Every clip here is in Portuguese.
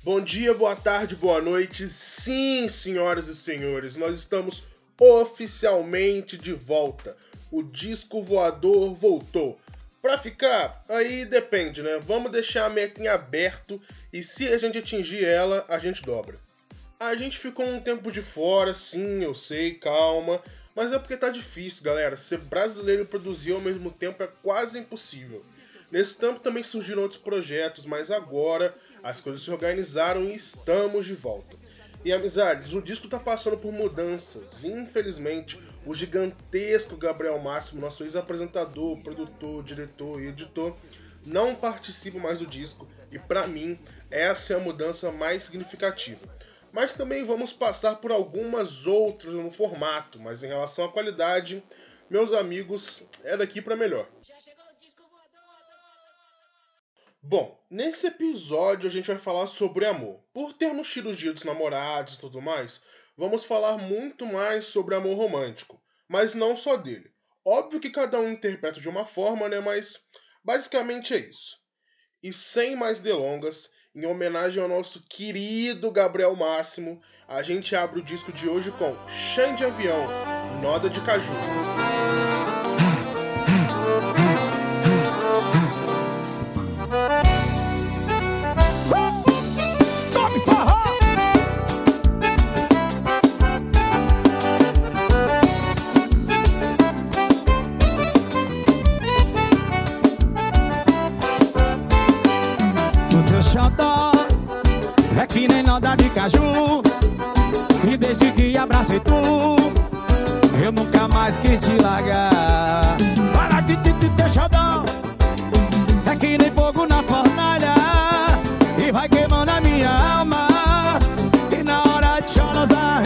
Bom dia, boa tarde, boa noite. Sim, senhoras e senhores, nós estamos oficialmente de volta. O disco voador voltou. Pra ficar, aí depende, né? Vamos deixar a meta em aberto e se a gente atingir ela, a gente dobra. A gente ficou um tempo de fora, sim, eu sei, calma, mas é porque tá difícil, galera. Ser brasileiro e produzir ao mesmo tempo é quase impossível. Nesse tempo também surgiram outros projetos, mas agora as coisas se organizaram e estamos de volta. E amizades, o disco tá passando por mudanças. Infelizmente, o gigantesco Gabriel Máximo, nosso ex-apresentador, produtor, diretor e editor, não participa mais do disco e pra mim essa é a mudança mais significativa. Mas também vamos passar por algumas outras no formato, mas em relação à qualidade, meus amigos, é daqui pra melhor. Bom, nesse episódio a gente vai falar sobre amor. Por termos tido o dia dos namorados e tudo mais, vamos falar muito mais sobre amor romântico. Mas não só dele. Óbvio que cada um interpreta de uma forma, né? Mas basicamente é isso. E sem mais delongas, em homenagem ao nosso querido Gabriel Máximo, a gente abre o disco de hoje com Xande Avião, Noda de Caju. É que nem noda de caju. E desde que abracei tu, eu nunca mais quis te largar. Para de te xodó. É que nem fogo na fornalha, e vai queimando a minha alma. E na hora de chorosar,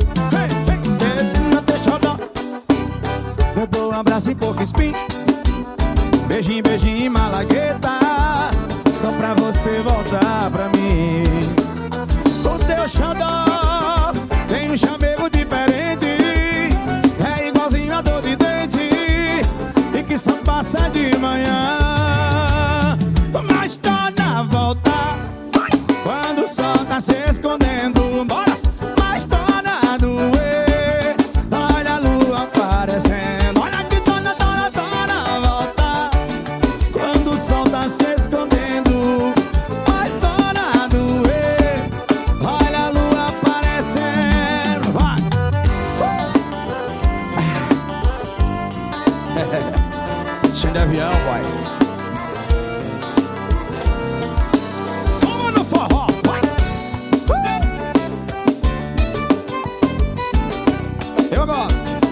te xodó. Eu dou um abraço em pouco espinho, beijinho, beijinho em malagueta, só pra você voltar pra mim. O teu xodó tem um chamego diferente, é igualzinho a dor de dente, e que só passa de manhã. Mas torna a voltar quando o sol tá se escondendo. Bora! Mas torna a doer, olha a lua aparecendo. Olha que torna a voltar quando o sol tá se escondendo. Xande Avião, boy. Toma no forró, vai. Eu agora.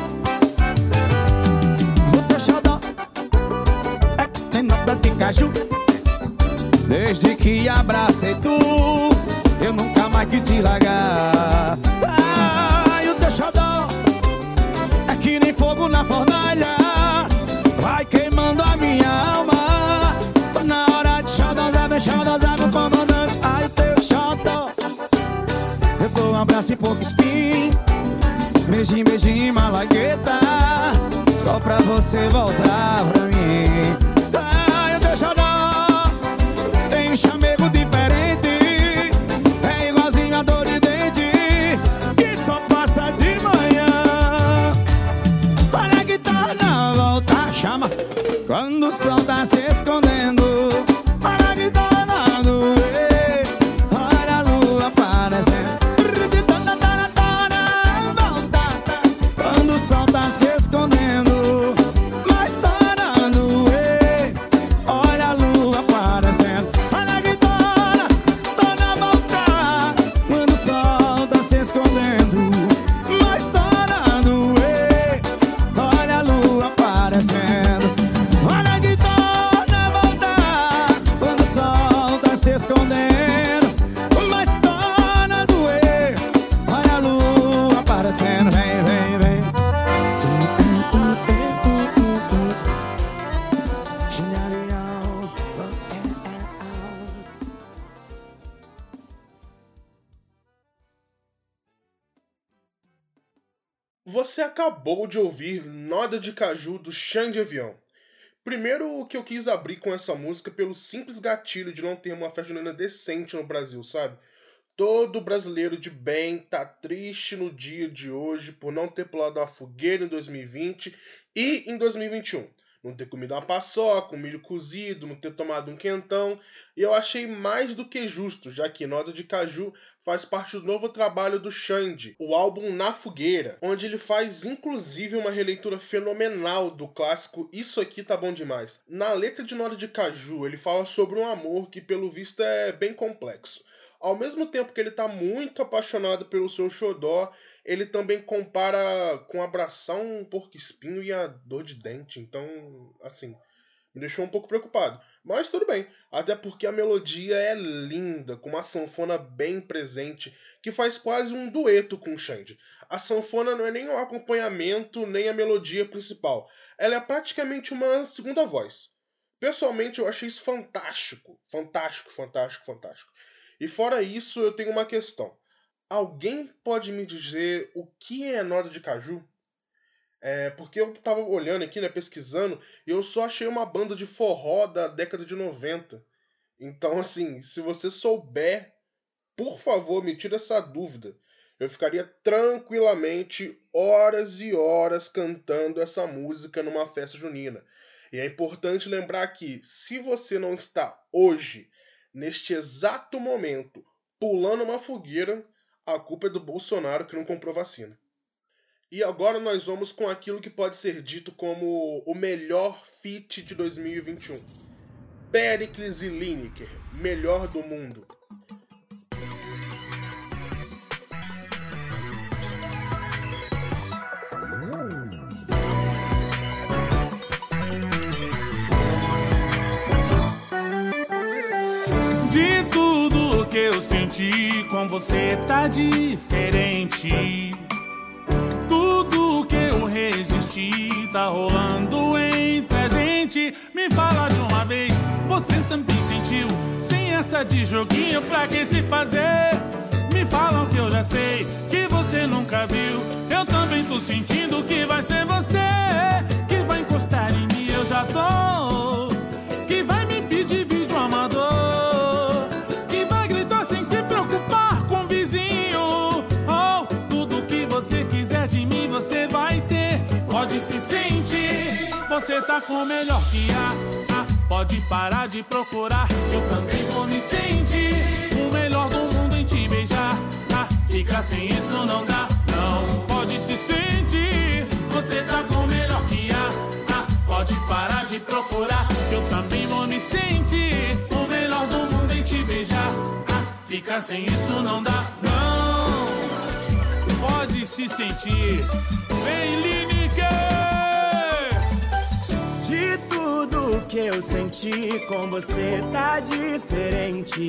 O teu xodó é que tem nota de caju. Desde que abracei tu, eu nunca mais quis te largar. Ai, o teu xodó é que nem fogo na fornalha, vai queimando a minha alma. Na hora de xodosar, meu comandante. Ai, teu xodó, eu dou um abraço e pouco espinho, beijinho, beijinho, malagueta, só pra você voltar pra mim. Ai, teu xodó tem um chamego diferente, é igualzinho a dor de dente, que só passa de manhã. Olha que torna a voltar, chama quando o sol tá se escondendo. Olha que torna a doer, olha a lua aparecendo. Quando o sol tá se escondendo, mas torna a doer, olha a lua aparecendo. Olha que torna a voltar quando o sol tá se escondendo, mas torna a doer, olha a lua aparecendo. Olha que torna a voltar quando o sol tá se escondendo, mas torna a doer, olha a lua aparecendo. Vem, vem, vem. Você acabou de ouvir Noda de Caju do Xande Avião. Primeiro, o que eu quis abrir com essa música pelo simples gatilho de não ter uma festa junina decente no Brasil, sabe? Todo brasileiro de bem tá triste no dia de hoje por não ter pulado uma fogueira em 2020 e em 2021. Não ter comido uma paçoca, um milho cozido, não ter tomado um quentão. E eu achei mais do que justo, já que Noda de Caju faz parte do novo trabalho do Xande, o álbum Na Fogueira, onde ele faz inclusive uma releitura fenomenal do clássico Isso Aqui Tá Bom Demais. Na letra de Noda de Caju, ele fala sobre um amor que pelo visto é bem complexo. Ao mesmo tempo que ele tá muito apaixonado pelo seu xodó, ele também compara com abraçar um porco-espinho e a dor de dente. Então, assim, me deixou um pouco preocupado. Mas tudo bem, até porque a melodia é linda, com uma sanfona bem presente, que faz quase um dueto com o Xande. A sanfona não é nem um acompanhamento, nem a melodia principal. Ela é praticamente uma segunda voz. Pessoalmente, eu achei isso fantástico. Fantástico, fantástico, fantástico. E fora isso, eu tenho uma questão. Alguém pode me dizer o que é Noda de Caju? Porque eu tava olhando aqui, né, pesquisando, e eu só achei uma banda de forró da década de 90. Então, assim, se você souber, por favor, me tira essa dúvida. Eu ficaria tranquilamente horas e horas cantando essa música numa festa junina. E é importante lembrar que, se você não está hoje, neste exato momento, pulando uma fogueira, a culpa é do Bolsonaro que não comprou vacina. E agora nós vamos com aquilo que pode ser dito como o melhor feat de 2021. Péricles e Lineker, melhor do mundo. De tudo que eu senti, com você tá diferente. Tudo que eu resisti tá rolando entre a gente. Me fala de uma vez, você também sentiu? Sem essa de joguinho, pra que se fazer? Me falam que eu já sei, que você nunca viu. Eu também tô sentindo que vai ser você que vai encostar em mim, eu já tô. Que vai me pedir vídeo amador, que vai gritar sem se preocupar com o vizinho. Oh, tudo que você quiser de mim você vai ter. Pode se sentir, você tá com o melhor que há. Pode parar de procurar, eu também vou me sentir o melhor do mundo em te beijar. Ficar sem isso não dá, não. Pode se sentir, você tá com o melhor que há. Pode parar de procurar, eu também vou me sentir o melhor do mundo em te beijar. Ficar sem isso não dá, não. Pode se sentir, vem Lineker. De tudo que eu senti, com você tá diferente.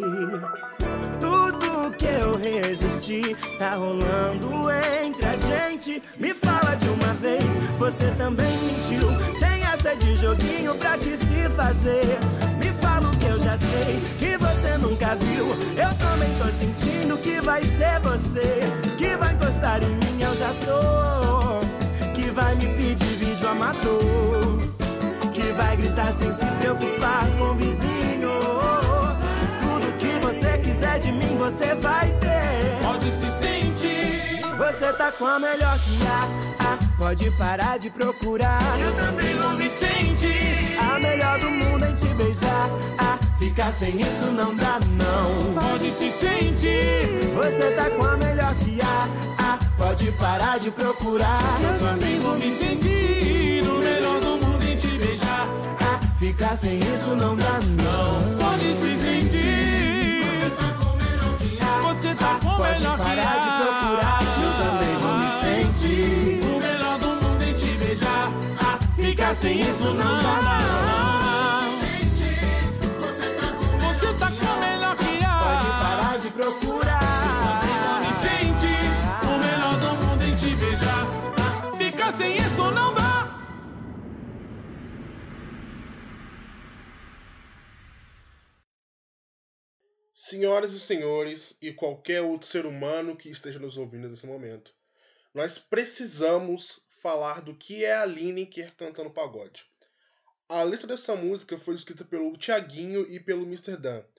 Tudo que eu resisti tá rolando entre a gente. Me fala de uma vez, você também sentiu? Sem essa de joguinho pra que se fazer. Me fala o que eu já sei, que você nunca viu. Eu também tô sentindo que vai ser você que vai encostar em mim, eu já tô. Que vai me pedir vídeo amador, que vai gritar sem se preocupar com o vizinho. Tudo que você quiser de mim você vai ter. Pode se sentir, você tá com a melhor que há. Pode parar de procurar, eu também vou me sentir a melhor do mundo em te beijar. Ficar sem isso não dá, não. Pode se sentir, você tá com a melhor que há. Pode parar de procurar, eu também vou me sentir o melhor do mundo em te beijar. Ficar sem isso não dá, não. Pode se sentir, você tá com o melhor que há. Você tá com o melhor que há. Pode parar de procurar, eu também vou me sentir o melhor do mundo em te beijar. Ficar sem isso não dá, não. Você tá com o melhor que há. Pode parar de procurar, me sente o melhor do mundo em te beijar. Ficar sem isso não dá. Senhoras e senhores, e qualquer outro ser humano que esteja nos ouvindo nesse momento, nós precisamos falar do que é a Lineker cantando pagode. A letra dessa música foi escrita pelo Thiaguinho e pelo Mr. Dan.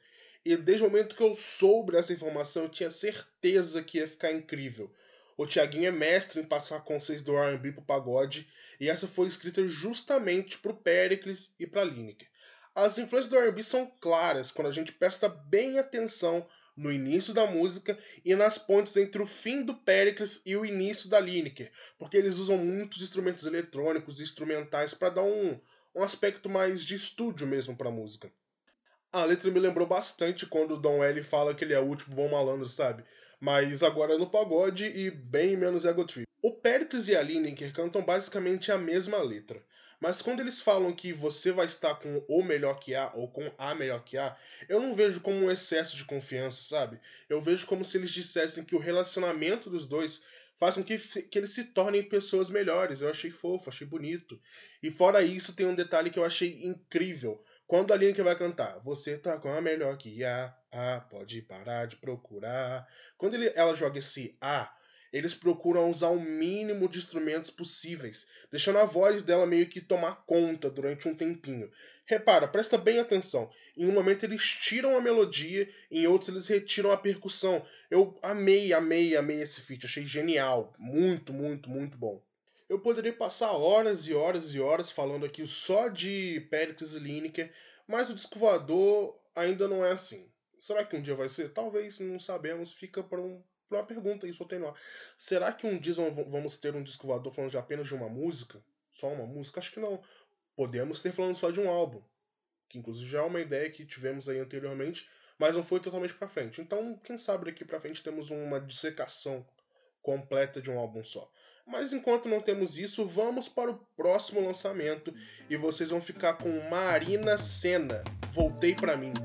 E desde o momento que eu soube essa informação, eu tinha certeza que ia ficar incrível. O Thiaguinho é mestre em passar conceitos do R&B pro pagode, e essa foi escrita justamente pro Péricles e pra Lineker. As influências do R&B são claras quando a gente presta bem atenção no início da música e nas pontes entre o fim do Péricles e o início da Lineker, porque eles usam muitos instrumentos eletrônicos e instrumentais para dar um aspecto mais de estúdio mesmo pra música. A letra me lembrou bastante quando o Dom L fala que ele é o último bom malandro, sabe? Mas agora no pagode e bem menos ego trip. O Péricles e a Lineker cantam basicamente a mesma letra. Mas quando eles falam que você vai estar com o melhor que há ou com a melhor que há, eu não vejo como um excesso de confiança, sabe? Eu vejo como se eles dissessem que o relacionamento dos dois faz com que eles se tornem pessoas melhores. Eu achei fofo, achei bonito. E fora isso, tem um detalhe que eu achei incrível. Quando a Lineker vai cantar, você tá com a melhor que há, pode parar de procurar. Quando ela joga esse eles procuram usar o mínimo de instrumentos possíveis, deixando a voz dela meio que tomar conta durante um tempinho. Repara, presta bem atenção. Em um momento eles tiram a melodia, em outros eles retiram a percussão. Eu amei esse feat, achei genial. Muito, muito, muito bom. Eu poderia passar horas e horas e horas falando aqui só de Péricles e Lineker, mas o Disco Voador ainda não é assim. Será que um dia vai ser? Talvez, não sabemos, fica para uma pergunta aí, soltei no ar. Será que um dia vamos ter um Disco Voador falando de apenas de uma música? Só uma música? Acho que não. Podemos ter falando só de um álbum, que inclusive já é uma ideia que tivemos aí anteriormente, mas não foi totalmente pra frente. Então, quem sabe daqui pra frente temos uma dissecação completa de um álbum só. Mas enquanto não temos isso, vamos para o próximo lançamento e vocês vão ficar com Marina Sena, Voltei Pra Mim.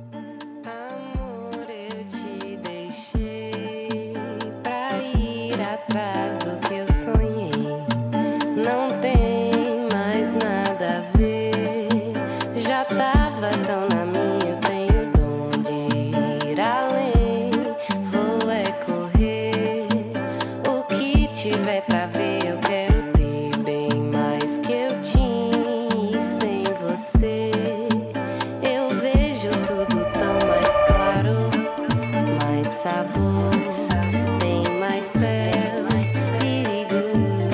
Amor, eu te deixei pra ir atrás do que eu sonhei. Não tem mais nada a ver. Já tava tão na minha, eu tenho o dom de ir além. Vou é correr. O que tiver pra ver, eu quero ter bem mais que eu tinha. E sem você eu vejo tudo tão mais claro, mais sabor, tem mais céu, mais perigo.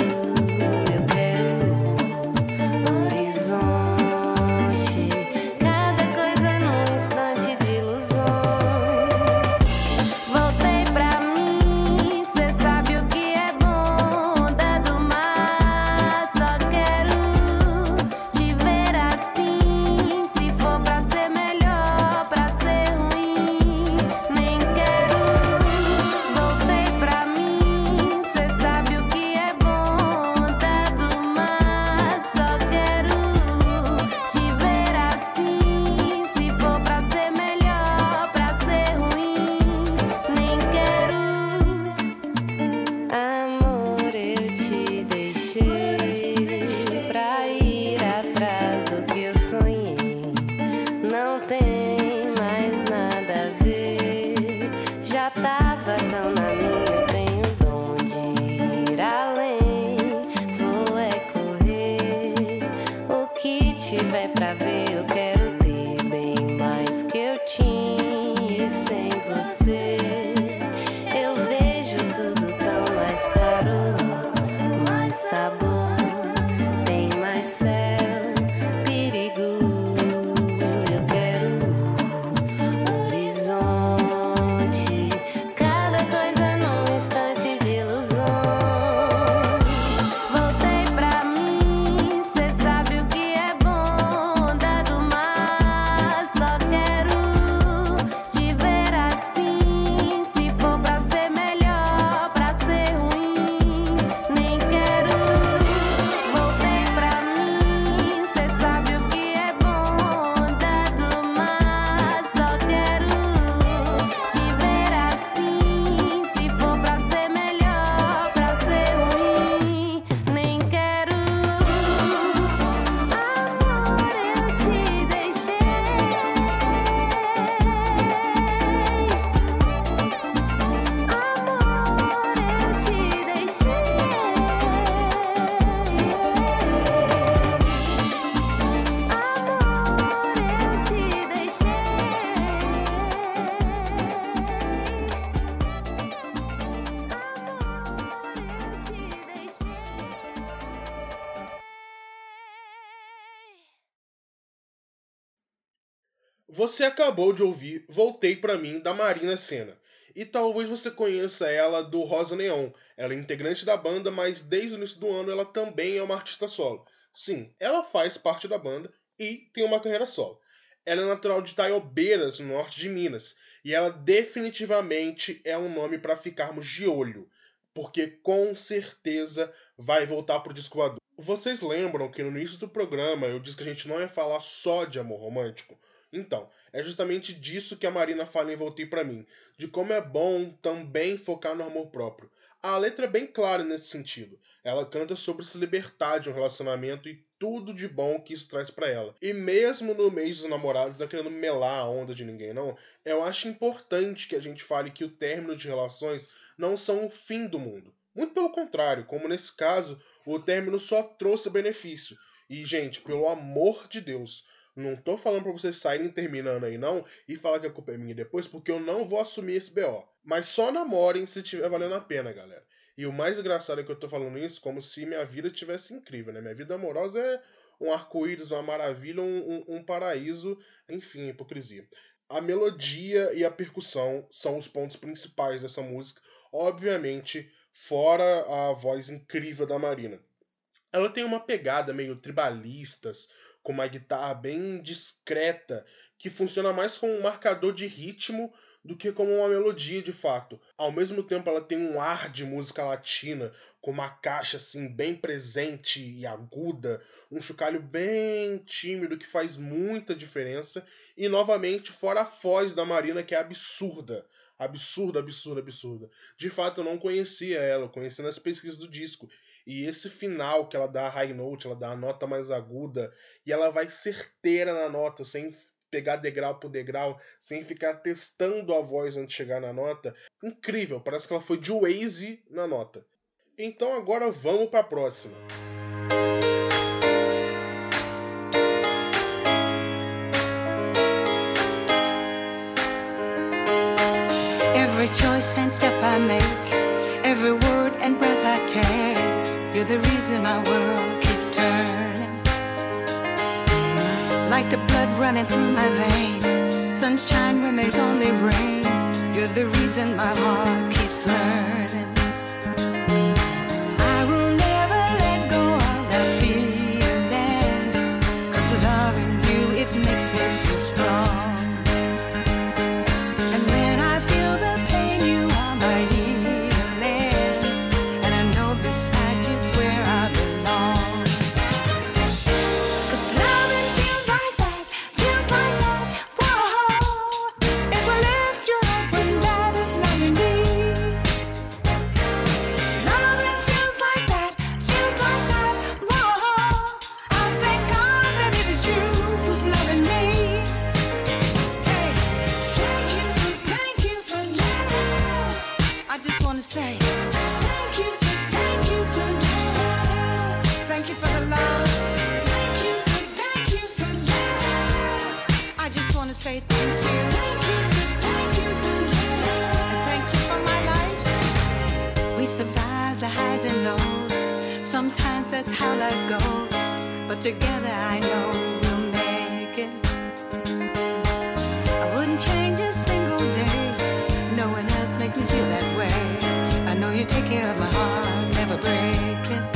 Eu quero horizonte, cada coisa num instante de ilusões. Voltei pra mim, cê sabe o que é bom, onda do mar. Só quero te ver assim, se for pra ser melhor, pra ser ruim, nem quero. Voltei pra mim, cê sabe o que é bom, onda do mar. Só quero te ver assim, se for pra ser melhor, pra ser ruim, nem quero. Amor, eu te deixei pra ir atrás do que eu sonhei. Não tem mais nada a ver. Já tava tão na minha, eu tenho o dom de ir além. Vou é correr. O que tiver pra ver, eu quero ter bem mais que eu tinha. E sem você eu vejo tudo tão mais claro, mais sabor, tem mais céu, perigo. Eu quero horizonte, cada coisa num instante de ilusões. Voltei pra mim, cê sabe o que é bom, onda Você acabou de ouvir Voltei Pra Mim, da Marina Sena. E talvez você conheça ela do Rosa Neon. Ela é integrante da banda, mas desde o início do ano ela também é uma artista solo. Sim, ela faz parte da banda e tem uma carreira solo. Ela é natural de Itaiobeiras, no norte de Minas, e ela definitivamente é um nome para ficarmos de olho, porque com certeza vai voltar pro disco voador. Vocês lembram que no início do programa eu disse que a gente não ia falar só de amor romântico? Então, é justamente disso que a Marina fala em Voltei Pra Mim, de como é bom também focar no amor próprio. A letra é bem clara nesse sentido. Ela canta sobre se libertar de um relacionamento e tudo de bom que isso traz pra ela. E mesmo no mês dos namorados, não querendo melar a onda de ninguém não, eu acho importante que a gente fale que o término de relações não são o fim do mundo. Muito pelo contrário, como nesse caso, o término só trouxe benefício. E, gente, pelo amor de Deus, não tô falando pra vocês saírem terminando aí não e falar que a culpa é minha depois, porque eu não vou assumir esse BO. Mas só namorem se estiver valendo a pena, galera. E o mais engraçado é que eu tô falando isso como se minha vida tivesse incrível, né? Minha vida amorosa é um arco-íris, uma maravilha, um paraíso, enfim, hipocrisia. A melodia e a percussão são os pontos principais dessa música, obviamente, fora a voz incrível da Marina. Ela tem uma pegada meio tribalistas, com uma guitarra bem discreta, que funciona mais como um marcador de ritmo do que como uma melodia de fato. Ao mesmo tempo ela tem um ar de música latina, com uma caixa assim bem presente e aguda, um chocalho bem tímido que faz muita diferença, e novamente fora a voz da Marina que é absurda. Absurda. De fato eu não conhecia ela, eu conheci nas pesquisas do disco. E esse final que ela dá a high note, ela dá a nota mais aguda, e ela vai certeira na nota, sem pegar degrau por degrau, sem ficar testando a voz antes de chegar na nota. Incrível, parece que ela foi de Waze na nota. Então agora vamos pra próxima. Every choice and step I make, every word and breath I take, you're the reason my world keeps turning. Like the blood running through my veins, sunshine when there's only rain, you're the reason my heart keeps learning. I will never let go of that feeling, 'cause loving you, it makes me feel strong. Sometimes that's how life goes, but together I know we'll make it. I wouldn't change a single day, no one else makes me feel that way. I know you take care of my heart, never break it.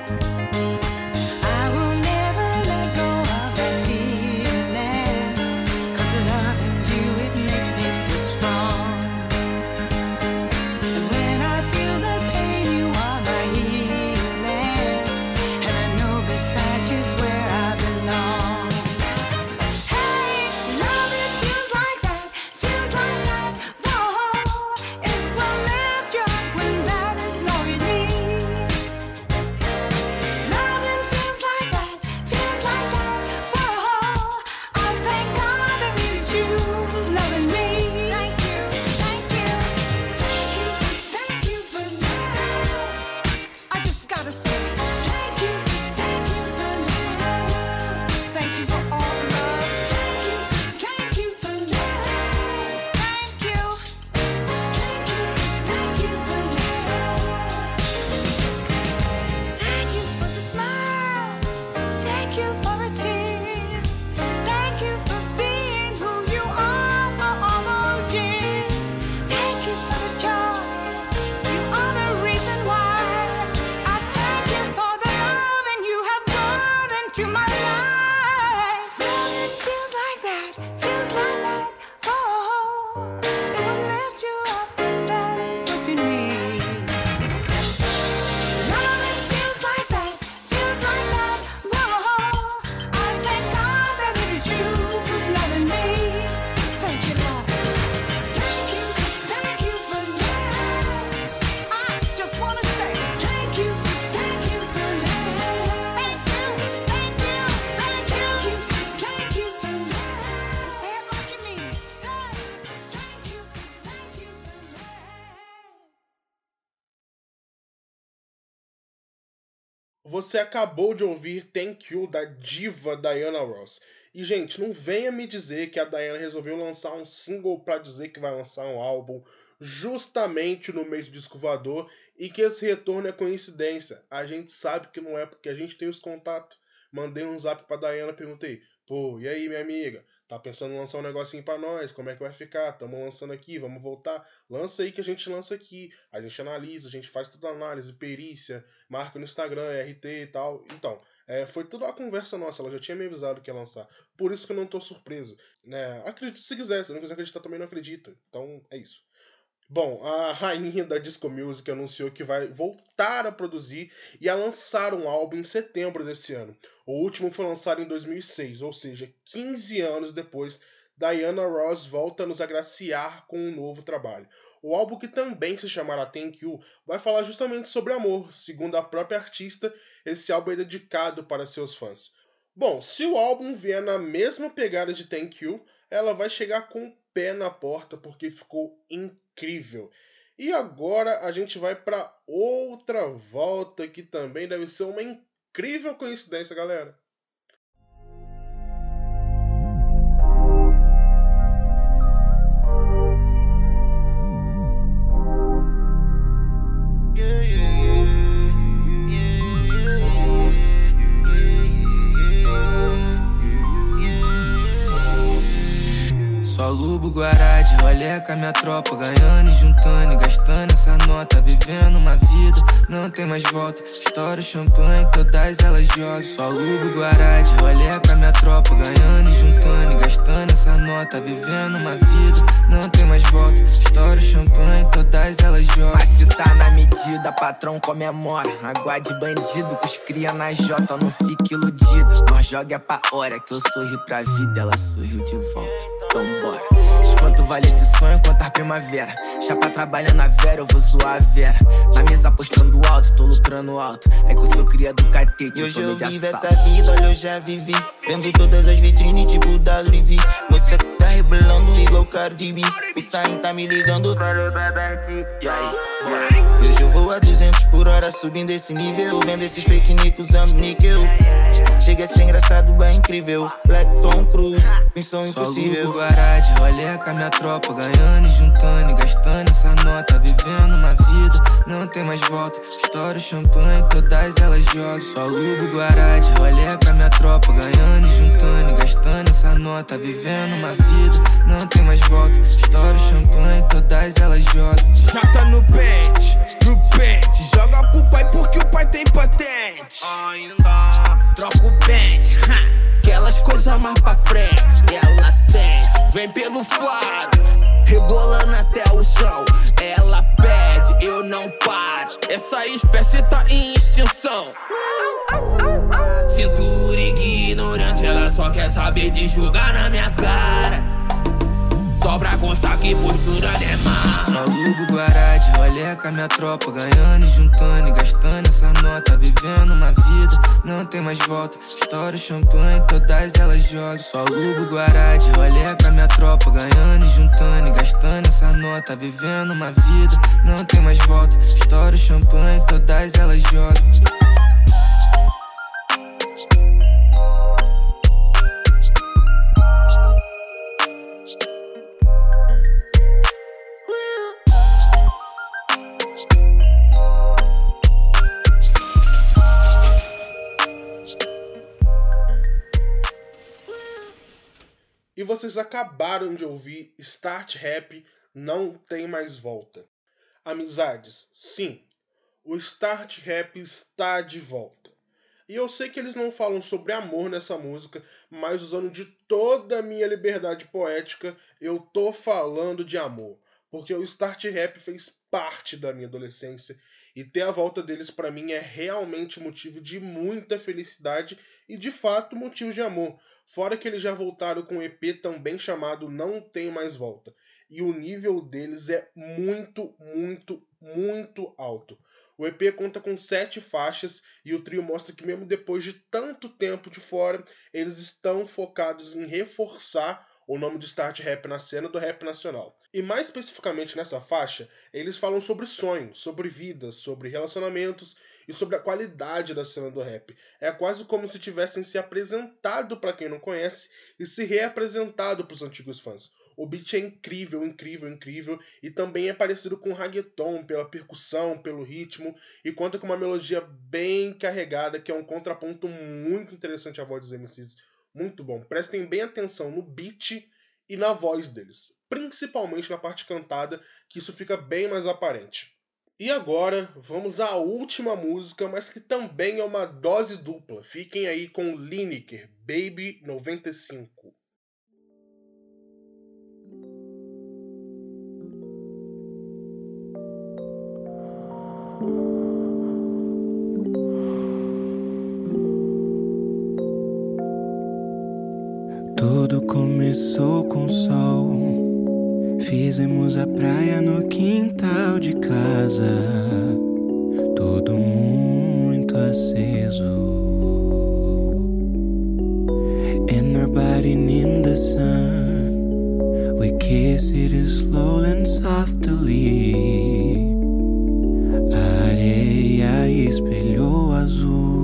I will never let go of that feeling, 'cause loving you, it makes me feel strong. And when I feel the pain, you are my healing. Beside you's where I belong. into my life. Love it feels like that, oh, it would lift you up and that is what you need. Love it feels like that, whoa, I thank God that it is you who's loving me. Thank you, Lord. Thank you for that. I just wanna say thank you for that. Thank you for that. Say it like you mean it. Thank you for that. Você acabou de ouvir Thank You da diva Diana Ross. E, gente, não venha me dizer que a Diana resolveu lançar um single pra dizer que vai lançar um álbum justamente no mês do disco voador e que esse retorno é coincidência. A gente sabe que não é, porque a gente tem os contatos. Mandei um zap pra Diana, perguntei, pô, e aí, minha amiga? Tá pensando em lançar um negocinho pra nós? Como é que vai ficar? Tamo lançando aqui, vamos voltar? Lança aí que a gente lança aqui. A gente analisa, a gente faz toda a análise, perícia, marca no Instagram, RT e tal. Então, foi tudo uma conversa nossa, ela já tinha me avisado que ia lançar. Por isso que eu não tô surpreso. Né? Acredite se quiser, se não quiser acreditar também não acredita. Então, é isso. Bom, a rainha da Disco Music anunciou que vai voltar a produzir e a lançar um álbum em setembro desse ano. O último foi lançado em 2006, ou seja, 15 anos depois, Diana Ross volta a nos agraciar com um novo trabalho. O álbum, que também se chamará Thank You, vai falar justamente sobre amor. Segundo a própria artista, esse álbum é dedicado para seus fãs. Bom, se o álbum vier na mesma pegada de Thank You, ela vai chegar com o pé na porta porque ficou incrível. E agora a gente vai para outra volta que também deve ser uma incrível coincidência, galera. Só Lubo, Guará, de rolê com a minha tropa, ganhando e juntando e gastando essa nota, vivendo uma vida, não tem mais volta. Estouro champanhe, todas elas jogam. Só Lubo, Guará, de rolê com a minha tropa, ganhando e juntando e gastando essa nota, vivendo uma vida, não tem mais volta. Estouro champanhe, todas elas jogam. Mas se tá na medida, patrão comemora. Aguarde bandido, com os cria na jota, não fique iludido. Nós joga pra hora que eu sorri pra vida, ela sorriu de volta. Então bora. Quanto vale esse sonho, quantas primavera. Chapa trabalhando a Vera, eu vou zoar a Vera. Na mesa apostando alto, tô lucrando alto. É que eu sou cria do catete, hoje eu vivo essa vida, olha eu já vivi. Vendo todas as vitrines tipo da Livi. Você tá rebolando igual Cardi B. O Sain tá me ligando. Hoje eu vou a 200 por hora subindo esse nível. Vendo esses fake nick usando níquel. Chega a ser engraçado, é incrível. Black Tom Cruise, missão impossível. Só Lugo, Guará, de rolê com a minha tropa, ganhando e juntando e gastando essa nota, vivendo uma vida, não tem mais volta. Estouro champanhe, todas elas jogam. Só Lugo, Guará, de rolê com a minha tropa, ganhando e juntando e gastando essa nota, vivendo uma vida, não tem mais volta. Estouro champanhe, todas elas jogam. Chata no pente, joga pro pai porque o pai tem patente. Troca o pente, aquelas coisas mais pra frente. Ela sente, vem pelo faro, rebolando até o chão. Ela pede, eu não paro. Essa espécie tá em extinção. Cintura ignorante, ela só quer saber de julgar na minha cara. Só pra constar que postura é má. Só Lugo, Guará, de rolê com a minha tropa, ganhando e juntando e gastando essa nota, vivendo uma vida, não tem mais volta. Estouro champanhe, todas elas jogam. Só Lugo, Guará, de rolê com a minha tropa, ganhando e juntando e gastando essa nota, vivendo uma vida, não tem mais volta. Estouro champanhe, todas elas jogam. E vocês acabaram de ouvir Start Rap, Não Tem Mais Volta. Amizades, sim, o Start Rap está de volta. E eu sei que eles não falam sobre amor nessa música, mas usando de toda a minha liberdade poética, eu tô falando de amor. Porque o Start Rap fez parte da minha adolescência e ter a volta deles pra mim é realmente motivo de muita felicidade e de fato motivo de amor. Fora que eles já voltaram com um EP também chamado Não Tem Mais Volta. E o nível deles é muito, muito, muito alto. O EP conta com 7 faixas e o trio mostra que mesmo depois de tanto tempo de fora, eles estão focados em reforçar o nome de Start Rap na cena do rap nacional. E mais especificamente nessa faixa, eles falam sobre sonhos, sobre vida, sobre relacionamentos e sobre a qualidade da cena do rap. É quase como se tivessem se apresentado para quem não conhece e se reapresentado para os antigos fãs. O beat é incrível, incrível, incrível e também é parecido com reggaeton pela percussão, pelo ritmo e conta com uma melodia bem carregada que é um contraponto muito interessante à voz dos MCs. Muito bom. Prestem bem atenção no beat e na voz deles. Principalmente na parte cantada, que isso fica bem mais aparente. E agora, vamos à última música, mas que também é uma dose dupla. Fiquem aí com Lineker, Baby 95. Tudo começou com sol. Fizemos a praia no quintal de casa. Tudo muito aceso. And our body in the sun. We kiss it slowly and softly. A areia espelhou azul.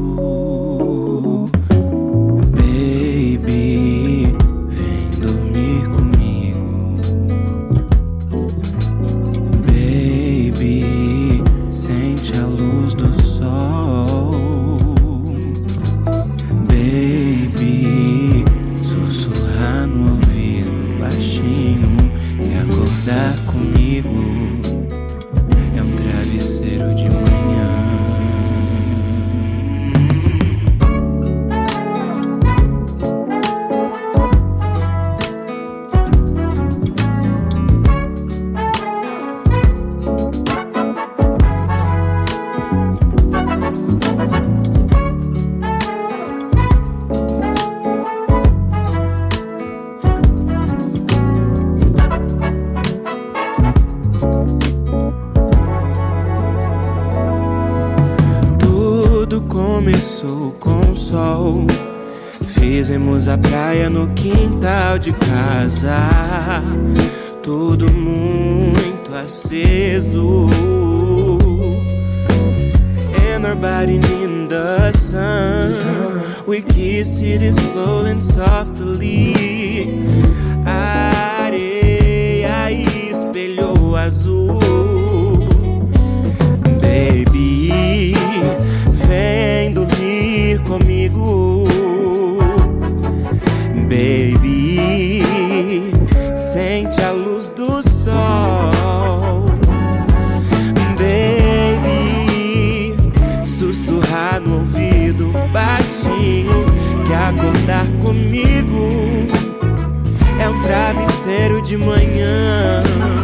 Começou com o sol. Fizemos a praia no quintal de casa. Tudo muito aceso. And our body in the sun. We kiss it slowly and softly. A areia espelhou azul. Baby, vem dormir comigo. Baby, sente a luz do sol. Baby, sussurrar no ouvido baixinho. Quer acordar comigo? É um travesseiro de manhã.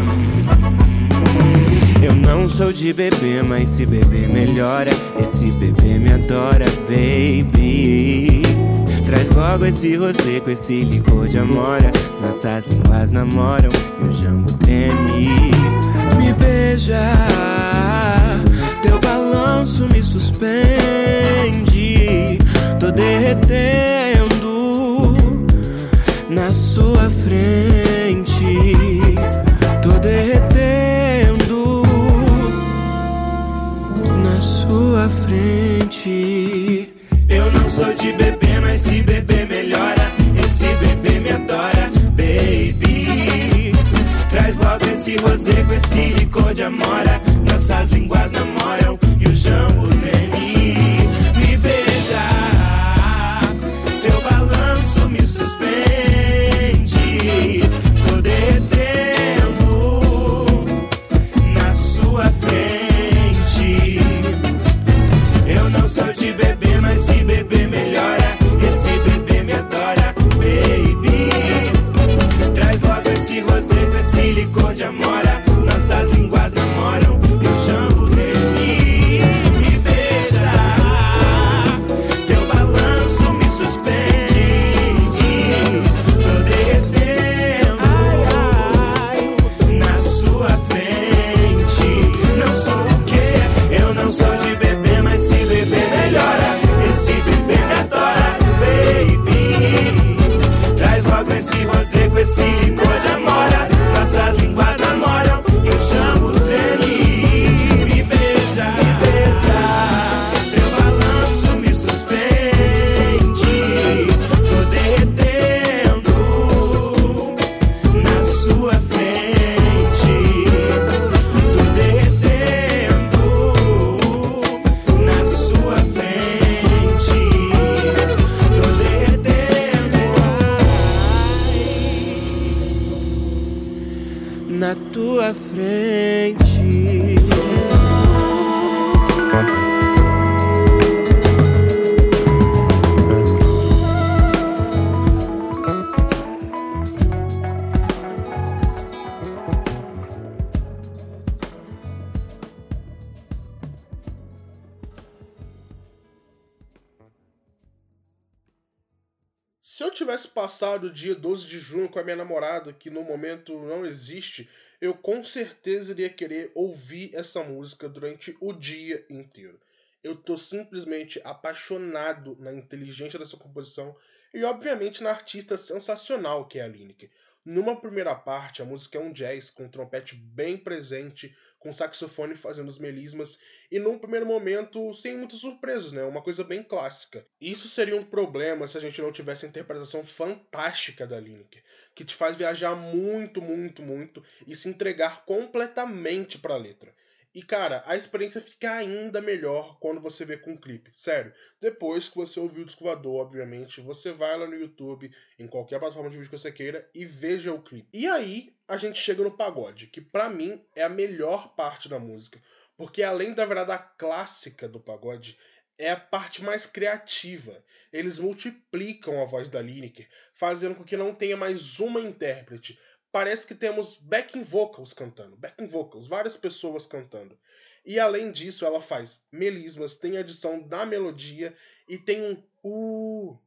Eu não sou de beber, mas se beber melhora. Esse bebê me adora, baby. Traz logo esse rosé com esse licor de amora. Nossas línguas namoram e o jambo treme. Me beija, teu balanço me suspende. Tô derretendo na sua frente. Tô derretendo na sua frente. Eu não sou de beber, mas se beber melhora. Esse bebê me adora, baby. Traz logo esse rosé com esse licor de amora. Nossas línguas namoram e o jambo treme. Me beija, seu balanço me suspende. Tô derretendo na sua frente. Eu não sou de beber, mas se beber esse licor de amora, nossas línguas namoram, eu chamo o treme. Me beija, seu balanço me suspende. Tô derretendo na sua frente. Tô derretendo na sua frente. Tô derretendo na tua frente. Se eu tivesse passado o dia 12 de junho com a minha namorada, que no momento não existe, eu com certeza iria querer ouvir essa música durante o dia inteiro. Eu tô simplesmente apaixonado na inteligência dessa composição e, obviamente, na artista sensacional que é a Lineker. Numa primeira parte, a música é um jazz com um trompete bem presente, com saxofone fazendo os melismas, e num primeiro momento, sem muitas surpresas, né? Uma coisa bem clássica. Isso seria um problema se a gente não tivesse a interpretação fantástica da Lineker, que te faz viajar muito, muito, muito e se entregar completamente pra letra. E cara, a experiência fica ainda melhor quando você vê com o clipe. Sério, depois que você ouvir o Disco Voador, obviamente, você vai lá no YouTube, em qualquer plataforma de vídeo que você queira, e veja o clipe. E aí, a gente chega no pagode, que pra mim é a melhor parte da música. Porque além da virada clássica do pagode, é a parte mais criativa. Eles multiplicam a voz da Lineker, fazendo com que não tenha mais uma intérprete. Parece que temos backing vocals cantando. Backing vocals, várias pessoas cantando. E além disso, ela faz melismas, tem adição da melodia e tem um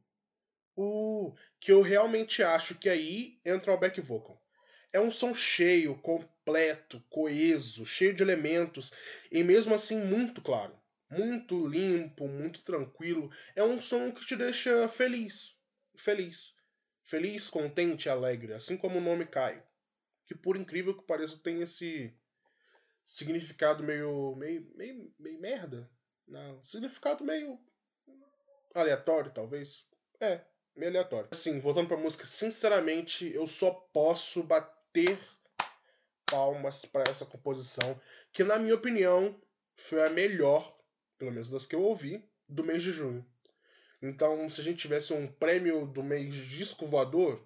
que eu realmente acho que aí entra o back vocal. É um som cheio, completo, coeso, cheio de elementos e mesmo assim muito claro. Muito limpo, muito tranquilo. É um som que te deixa feliz. Feliz. Feliz, contente, alegre, assim como o nome Caio. Que por incrível que pareça tem esse significado meio merda. Não, significado meio aleatório, talvez. É, meio aleatório. Assim, voltando pra música, sinceramente, eu só posso bater palmas pra essa composição, que na minha opinião foi a melhor, pelo menos das que eu ouvi, do mês de junho. Então, se a gente tivesse um prêmio do mês de Disco Voador,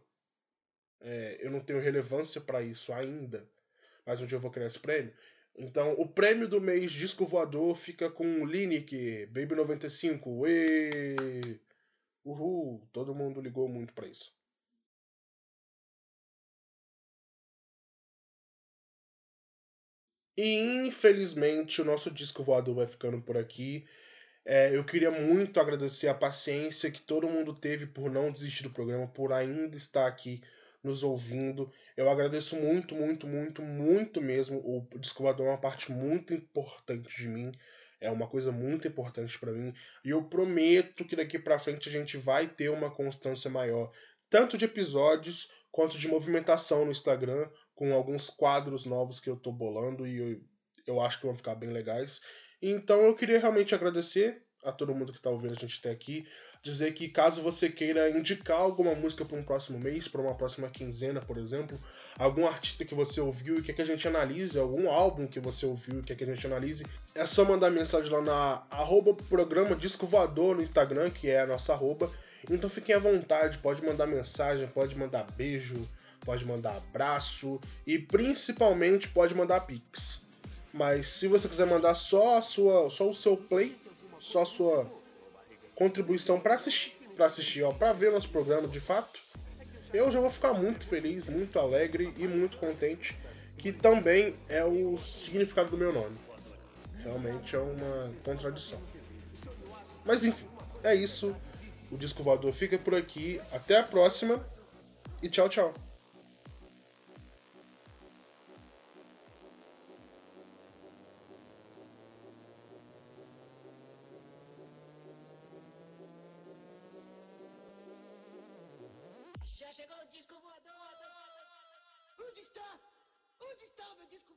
eu não tenho relevância pra isso ainda, mas um dia eu vou criar esse prêmio. Então, o prêmio do mês Disco Voador fica com Lineker, Baby 95, uê! Uhul! Todo mundo ligou muito pra isso. E infelizmente o nosso Disco Voador vai ficando por aqui. Eu queria muito agradecer a paciência que todo mundo teve por não desistir do programa, por ainda estar aqui nos ouvindo. Eu agradeço muito, muito, muito, muito mesmo. O Disco Voador é uma parte muito importante de mim. É uma coisa muito importante pra mim. E eu prometo que daqui pra frente a gente vai ter uma constância maior, tanto de episódios quanto de movimentação no Instagram, com alguns quadros novos que eu tô bolando e eu acho que vão ficar bem legais. Então eu queria realmente agradecer a todo mundo que tá ouvindo a gente até aqui, dizer que caso você queira indicar alguma música para um próximo mês, para uma próxima quinzena, por exemplo, algum artista que você ouviu e quer que a gente analise, algum álbum que você ouviu e quer que a gente analise, é só mandar mensagem lá na @programa Disco Voador no Instagram, que é a nossa arroba. Então fiquem à vontade, pode mandar mensagem, pode mandar beijo, pode mandar abraço e principalmente pode mandar pix. Mas se você quiser mandar só o seu play, só a sua contribuição para assistir, ó, para ver nosso programa de fato, eu já vou ficar muito feliz, muito alegre e muito contente, que também é o significado do meu nome. Realmente é uma contradição. Mas enfim, é isso. O Disco Voador fica por aqui. Até a próxima e tchau, tchau. Já chegou o Disco Voador! Onde está? Onde está o meu disco